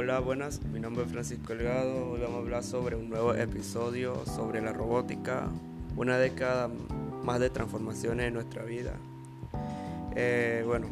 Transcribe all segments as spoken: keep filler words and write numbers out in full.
Hola, buenas, mi nombre es Francisco Delgado. Hoy vamos a hablar sobre un nuevo episodio sobre la robótica, una década más de transformaciones en nuestra vida. Eh, bueno,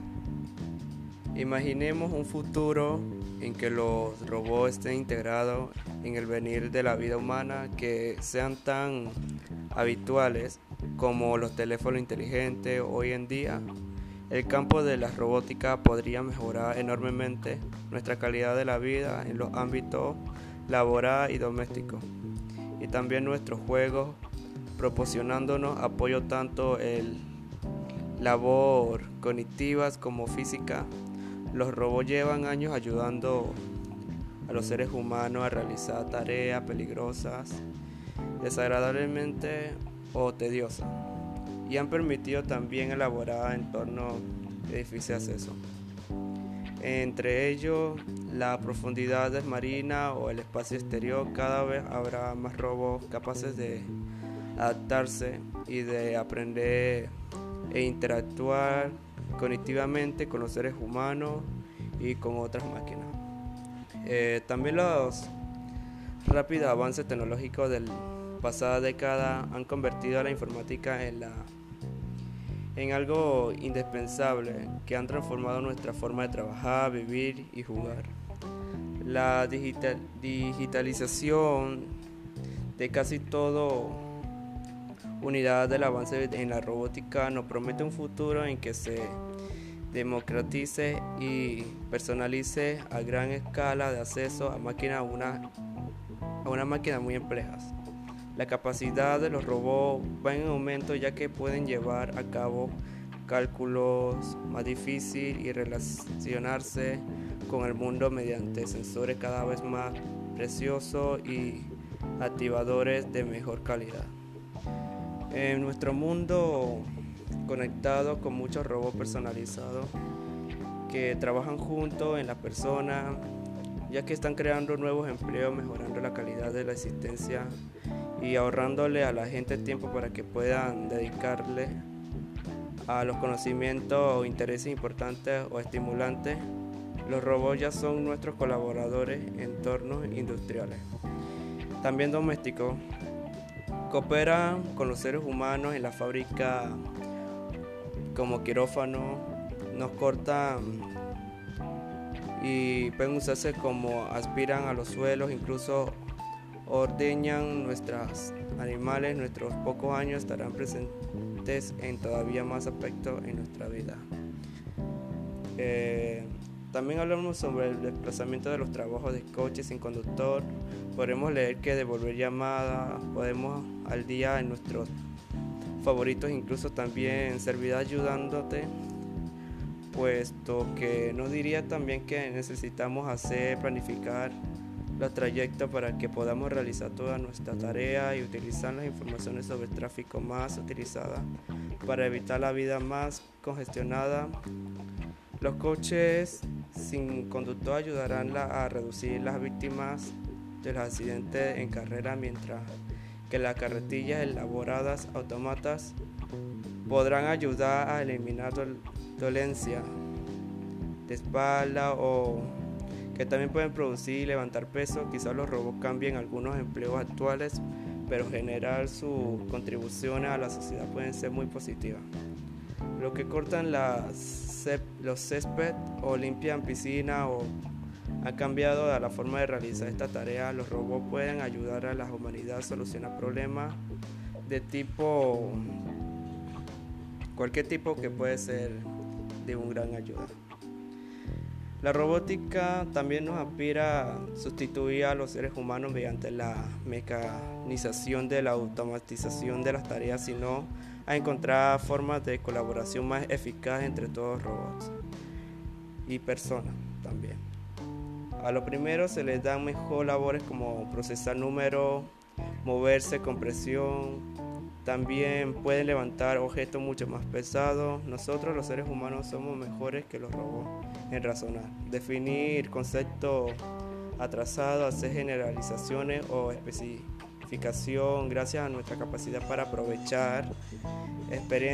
imaginemos un futuro en que los robots estén integrados en el venir de la vida humana, que sean tan habituales como los teléfonos inteligentes hoy en día. El campo de la robótica podría mejorar enormemente nuestra calidad de la vida en los ámbitos laboral y doméstico, y también nuestros juegos, proporcionándonos apoyo tanto en labor cognitivas como física. Los robots llevan años ayudando a los seres humanos a realizar tareas peligrosas, desagradablemente o tediosas, y han permitido también elaborar entornos de difícil acceso. Entre ellos, la profundidad marina o el espacio exterior. Cada vez habrá más robots capaces de adaptarse y de aprender e interactuar cognitivamente con los seres humanos y con otras máquinas. Eh, también los rápidos avances tecnológicos de la pasada década han convertido a la informática en la en algo indispensable, que han transformado nuestra forma de trabajar, vivir y jugar. La digital, digitalización de casi todo unidad del avance en la robótica nos promete un futuro en que se democratice y personalice a gran escala de acceso a máquinas a una, a una máquina muy complejas. La capacidad de los robots va en aumento, ya que pueden llevar a cabo cálculos más difíciles y relacionarse con el mundo mediante sensores cada vez más preciosos y activadores de mejor calidad. En nuestro mundo conectado con muchos robots personalizados que trabajan juntos en la persona, ya que están creando nuevos empleos, mejorando la calidad de la existencia y ahorrándole a la gente tiempo para que puedan dedicarle a los conocimientos o intereses importantes o estimulantes. Los robots ya son nuestros colaboradores en entornos industriales, también domésticos. Cooperan con los seres humanos en la fábrica como quirófano, nos cortan y pueden usarse como aspiran a los suelos, incluso ordeñan nuestros animales. Nuestros pocos años estarán presentes en todavía más aspectos en nuestra vida. Eh, también hablamos sobre el desplazamiento de los trabajos de coches sin conductor. Podremos leer que devolver llamadas, podemos al día en nuestros favoritos, incluso también servirá ayudándote, puesto que nos diría también que necesitamos hacer planificar los trayectos para que podamos realizar toda nuestra tarea y utilizar las informaciones sobre el tráfico más utilizada para evitar la vida más congestionada. Los coches sin conductor ayudarán a reducir las víctimas de los accidentes en carrera, mientras que las carretillas elaboradas autómatas podrán ayudar a eliminar dol- dolencia de espalda o que también pueden producir y levantar peso. Quizás los robots cambien algunos empleos actuales, pero generar sus contribuciones a la sociedad pueden ser muy positivas. Los que cortan las, los césped o limpian piscinas o han cambiado la forma de realizar esta tarea. Los robots pueden ayudar a la humanidad a solucionar problemas de tipo, cualquier tipo, que puede ser de un gran ayuda. La robótica también nos aspira a sustituir a los seres humanos mediante la mecanización de la automatización de las tareas, sino a encontrar formas de colaboración más eficaz entre todos los robots y personas también. A lo primero se les dan mejor labores como procesar números, moverse con presión. También pueden levantar objetos mucho más pesados. Nosotros los seres humanos somos mejores que los robots en razonar, definir conceptos atrasados, hacer generalizaciones o especificación, gracias a nuestra capacidad para aprovechar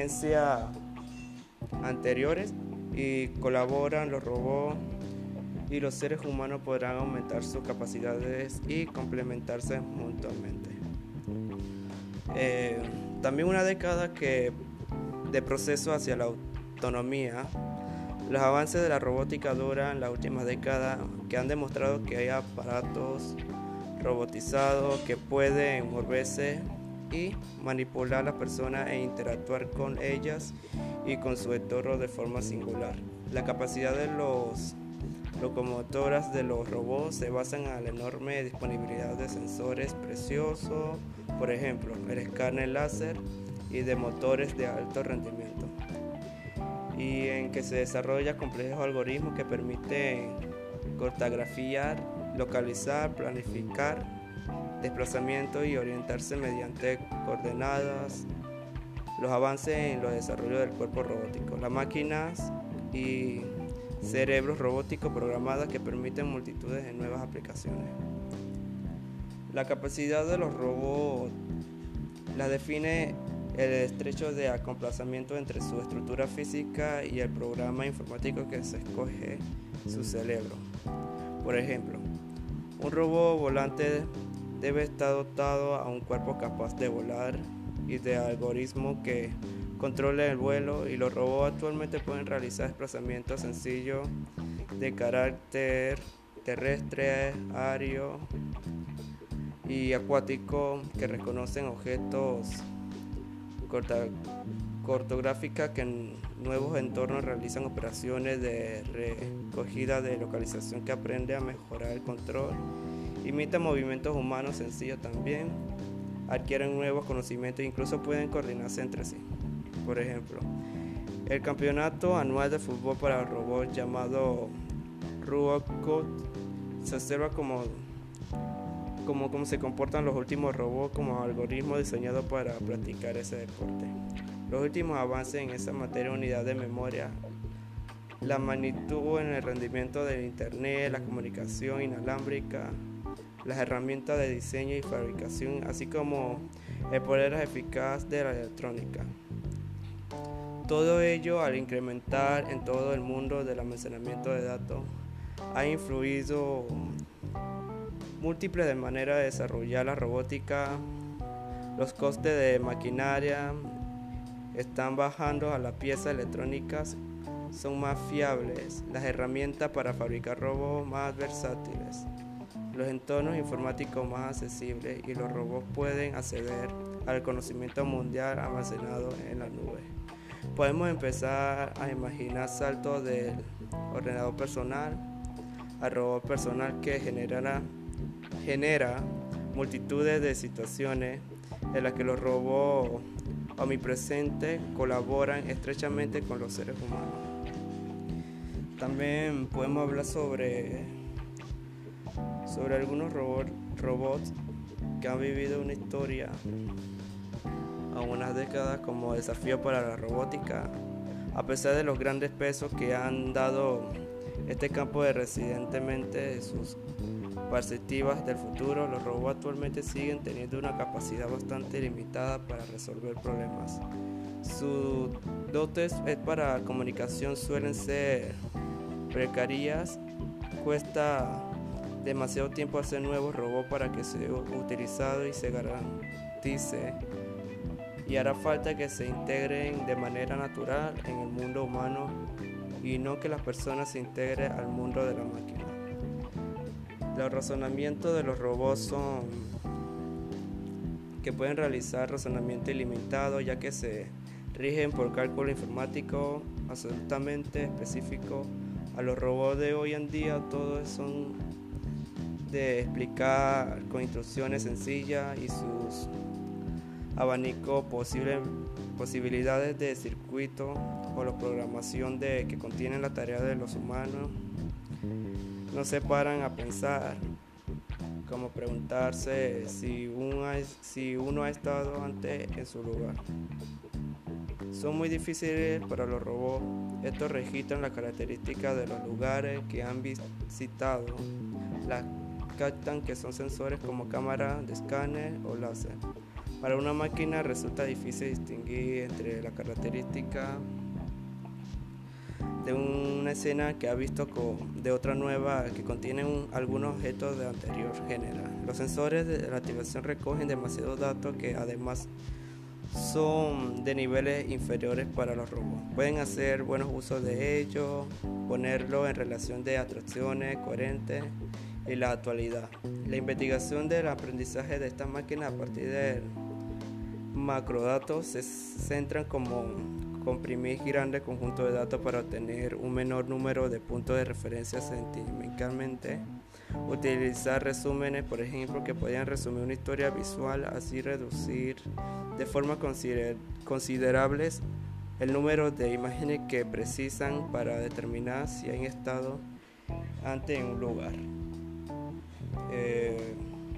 experiencias anteriores, y colaboran los robots y los seres humanos podrán aumentar sus capacidades y complementarse mutuamente. Eh, también una década que de proceso hacia la autonomía. Los avances de la robótica duran las últimas décadas, que han demostrado que hay aparatos robotizados que pueden moverse y manipular a las personas e interactuar con ellas y con su entorno de forma singular. La capacidad de los locomotoras de los robots se basan en la enorme disponibilidad de sensores preciosos, por ejemplo, el escáner láser, y de motores de alto rendimiento, y en que se desarrolla complejos algoritmos que permiten cartografiar, localizar, planificar desplazamientos y orientarse mediante coordenadas. Los avances en los desarrollos del cuerpo robótico, las máquinas y cerebros robóticos programados que permiten multitudes de nuevas aplicaciones. La capacidad de los robots la define el estrecho de acoplamiento entre su estructura física y el programa informático que se escoge su cerebro. Por ejemplo, un robot volante debe estar dotado a un cuerpo capaz de volar y de algoritmos que controlen el vuelo, y los robots actualmente pueden realizar desplazamientos sencillos de carácter terrestre, aéreo y acuático, que reconocen objetos cartográfica que en nuevos entornos realizan operaciones de recogida de localización, que aprende a mejorar el control, imita movimientos humanos sencillos también, adquieren nuevos conocimientos e incluso pueden coordinarse entre sí. Por ejemplo, el campeonato anual de fútbol para robots llamado RobotCup se observa como Como, cómo se comportan los últimos robots como algoritmos diseñados para practicar ese deporte. Los últimos avances en esa materia, unidad de memoria, la magnitud en el rendimiento del internet, la comunicación inalámbrica, las herramientas de diseño y fabricación, así como el poder eficaz de la electrónica. Todo ello, al incrementar en todo el mundo del almacenamiento de datos, ha influido múltiples de maneras de desarrollar la robótica. Los costes de maquinaria están bajando, a las piezas electrónicas son más fiables, las herramientas para fabricar robots más versátiles, los entornos informáticos más accesibles, y los robots pueden acceder al conocimiento mundial almacenado en la nube. Podemos empezar a imaginar saltos del ordenador personal al robot personal, que generará genera multitudes de situaciones en las que los robots omnipresentes colaboran estrechamente con los seres humanos. También podemos hablar sobre, sobre algunos robot, robots que han vivido una historia a unas décadas como desafío para la robótica. A pesar de los grandes pesos que han dado este campo de recientemente de sus perspectivas del futuro, los robots actualmente siguen teniendo una capacidad bastante limitada para resolver problemas. Sus dotes para la comunicación suelen ser precarias, cuesta demasiado tiempo hacer nuevos robots para que sea utilizado y se garantice, y hará falta que se integren de manera natural en el mundo humano y no que las personas se integren al mundo de la máquina. Los razonamientos de los robots son que pueden realizar razonamiento ilimitado, ya que se rigen por cálculo informático absolutamente específico. A los robots de hoy en día todos son de explicar con instrucciones sencillas, y sus abanico posible, posibilidades de circuito o la programación de que contienen la tarea de los humanos no se paran a pensar, como preguntarse si uno, ha, si uno ha estado antes en su lugar. Son muy difíciles para los robots. Estos registran las características de los lugares que han visitado, las captan, que son sensores como cámaras de escáner o láser. Para una máquina resulta difícil distinguir entre las características de una escena que ha visto con, de otra nueva que contiene un, algunos objetos de anterior género. Los sensores de la activación recogen demasiados datos que además son de niveles inferiores para los robots. Pueden hacer buenos usos de ellos, ponerlo en relación de atracciones coherentes y la actualidad. La investigación del aprendizaje de estas máquinas a partir de macrodatos se centran como comprimir grandes conjuntos de datos para obtener un menor número de puntos de referencia sentimentalmente. Utilizar resúmenes, por ejemplo, que podían resumir una historia visual, así reducir de forma consider- considerables el número de imágenes que precisan para determinar si han estado antes en un lugar. Eh,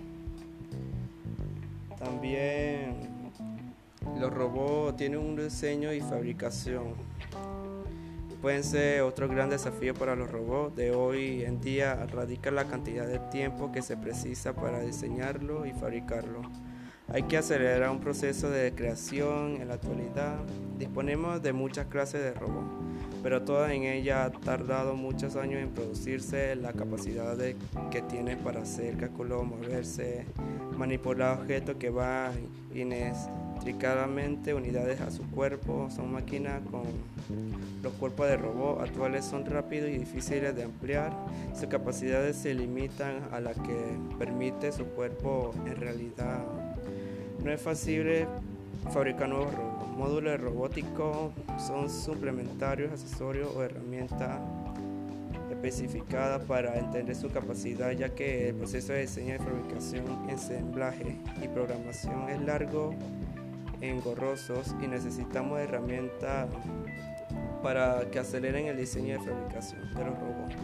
también los robots tienen un diseño y fabricación. Pueden ser otro gran desafío para los robots de hoy en día, radica la cantidad de tiempo que se precisa para diseñarlo y fabricarlo. Hay que acelerar un proceso de creación. En la actualidad disponemos de muchas clases de robots, pero todas en ellas han tardado muchos años en producirse. La capacidad de, que tienen para hacer cálculos, moverse, manipular objetos que van inextricablemente unidades a su cuerpo. Son máquinas con los cuerpos de robots actuales son rápidos y difíciles de ampliar. Sus capacidades se limitan a la que permite su cuerpo. En realidad no es fácil fabricar nuevos robots. Módulos robóticos son suplementarios, accesorios o herramientas especificadas para entender su capacidad, ya que el proceso de diseño, de fabricación, ensamblaje y programación es largo, engorroso y necesitamos herramientas para que aceleren el diseño de fabricación de los robots.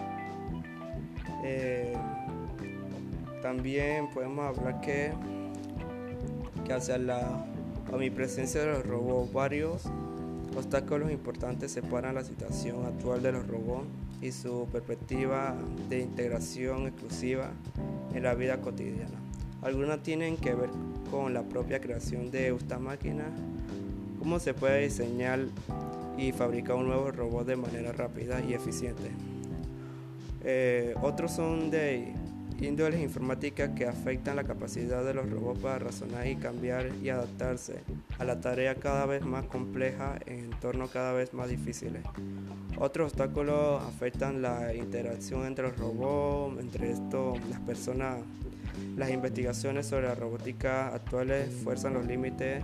Eh, también podemos hablar que, que hacia la omnipresencia de los robots, varios obstáculos importantes separan la situación actual de los robots y su perspectiva de integración exclusiva en la vida cotidiana. Algunas tienen que ver con la propia creación de estas máquinas, cómo se puede diseñar y fabricar un nuevo robot de manera rápida y eficiente. Eh, otros son de índoles informáticas que afectan la capacidad de los robots para razonar y cambiar y adaptarse a la tarea cada vez más compleja en entornos cada vez más difíciles. Otros obstáculos afectan la interacción entre los robots, entre estos, las personas. Las investigaciones sobre la robótica actuales fuerzan los límites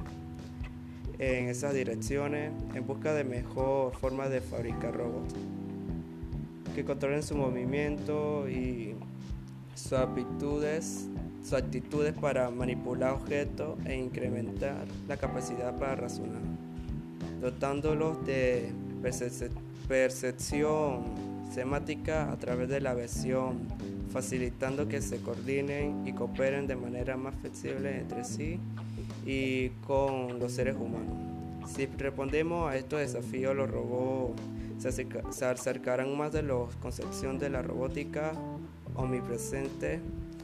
en esas direcciones en busca de mejor forma de fabricar robots que controlen su movimiento y sus aptitudes, sus actitudes para manipular objetos e incrementar la capacidad para razonar, dotándolos de percep- percepción semántica a través de la visión, facilitando que se coordinen y cooperen de manera más flexible entre sí y con los seres humanos. Si respondemos a estos desafíos, los robots se, acerca, se acercarán más de la concepción de la robótica omnipresente,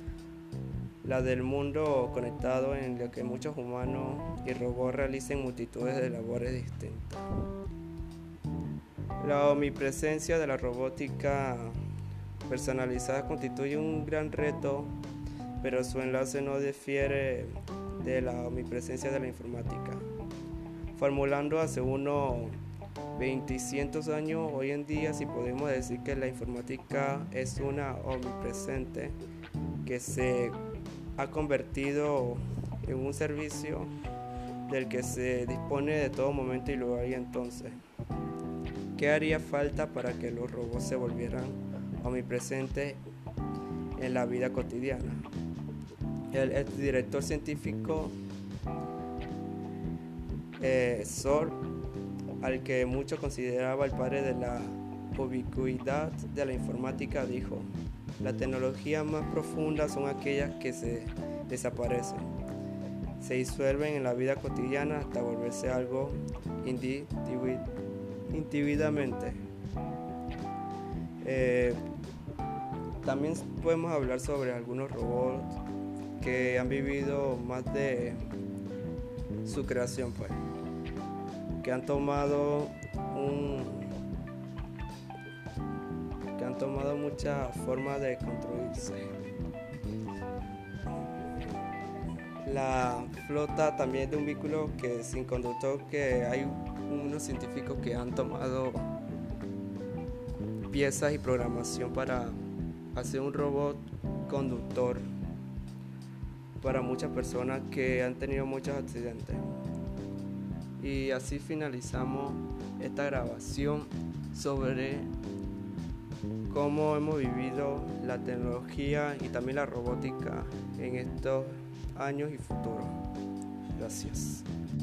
la del mundo conectado en el que muchos humanos y robots realicen multitudes de labores distintas. La omnipresencia de la robótica personalizada constituye un gran reto, pero su enlace no difiere de la omnipresencia de la informática. Formulando hace unos veinticientos años, hoy en día sí podemos decir que la informática es una omnipresente que se ha convertido en un servicio del que se dispone de todo momento y lugar. Y entonces, ¿qué haría falta para que los robots se volvieran omnipresentes en la vida cotidiana? El, el director científico eh, Sor, al que muchos consideraba el padre de la ubicuidad de la informática, dijo: las tecnologías más profundas son aquellas que se desaparecen, se disuelven en la vida cotidiana hasta volverse algo individualmente. Eh, también podemos hablar sobre algunos robots que han vivido más de su creación, pues, que han tomado un, tomado muchas formas de construirse. La flota también es de un vehículo que sin conductor, que hay unos científicos que han tomado piezas y programación para hacer un robot conductor para muchas personas que han tenido muchos accidentes. Y así finalizamos esta grabación sobre cómo hemos vivido la tecnología y también la robótica en estos años y futuro. Gracias.